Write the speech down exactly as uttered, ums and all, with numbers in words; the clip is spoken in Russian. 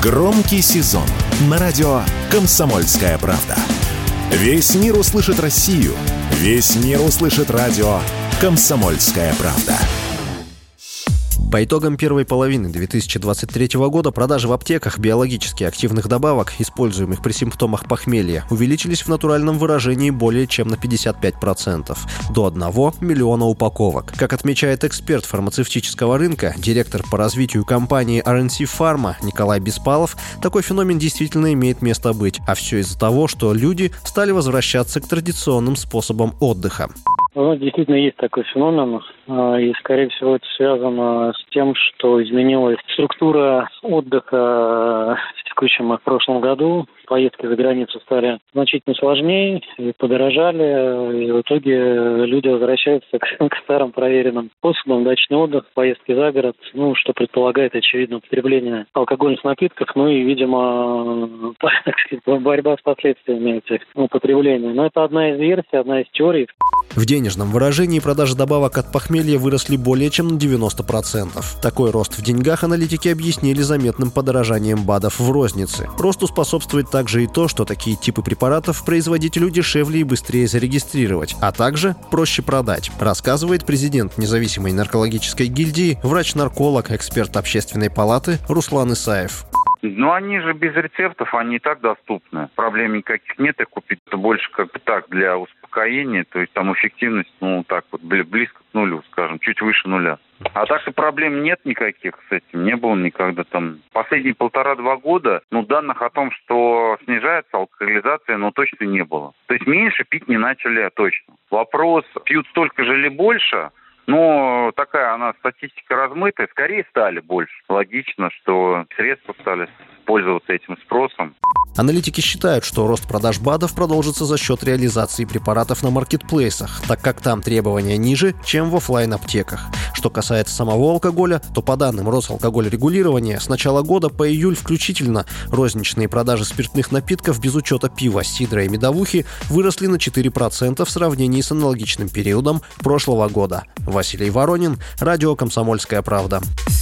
Громкий сезон на радио «Комсомольская правда». Весь мир услышит Россию. Весь мир услышит радио «Комсомольская правда». По итогам первой половины две тысячи двадцать третьего года продажи в аптеках биологически активных добавок, используемых при симптомах похмелья, увеличились в натуральном выражении более чем на пятьдесят пять процентов, до одного миллиона упаковок. Как отмечает эксперт фармацевтического рынка, директор по развитию компании ар эн си Pharma Николай Беспалов, такой феномен действительно имеет место быть, а все из-за того, что люди стали возвращаться к традиционным способам отдыха. Ну, действительно, есть такой феномен, и, скорее всего, это связано с тем, что изменилась структура отдыха в текущем и в прошлом году. Поездки за границу стали значительно сложнее и подорожали, и в итоге люди возвращаются к, к старым проверенным способам: дачный отдых, поездки за город, ну, что предполагает, очевидно, употребление алкогольных напитков, ну и, видимо, так сказать, борьба с последствиями этих употребления. Но это одна из версий, одна из теорий. В денежном выражении продажи добавок от похмелья выросли более чем на девяносто процентов. Такой рост в деньгах аналитики объяснили заметным подорожанием БАДов в рознице. Росту способствует также и то, что такие типы препаратов производителю дешевле и быстрее зарегистрировать, а также проще продать, рассказывает президент независимой наркологической гильдии, врач-нарколог, эксперт общественной палаты Руслан Исаев. Ну, они же без рецептов, они и так доступны. Проблем никаких нет, и купить это больше как бы так, для успокоения. То есть там эффективность, ну, так вот, близко к нулю, скажем, чуть выше нуля. А так и проблем нет никаких с этим, не было никогда там. Последние полтора-два года, ну, данных о том, что снижается алкоголизация, ну, точно не было. То есть меньше пить не начали, а точно. Вопрос, пьют столько же или больше? Ну, такая она статистика размытая, скорее стали больше. Логично, что средства стали пользоваться этим спросом. Аналитики считают, что рост продаж БАДов продолжится за счет реализации препаратов на маркетплейсах, так как там требования ниже, чем в офлайн-аптеках. Что касается самого алкоголя, то по данным Росалкогольрегулирования, с начала года по июль включительно розничные продажи спиртных напитков без учета пива, сидра и медовухи выросли на четыре процента в сравнении с аналогичным периодом прошлого года. Василий Воронин, радио «Комсомольская правда».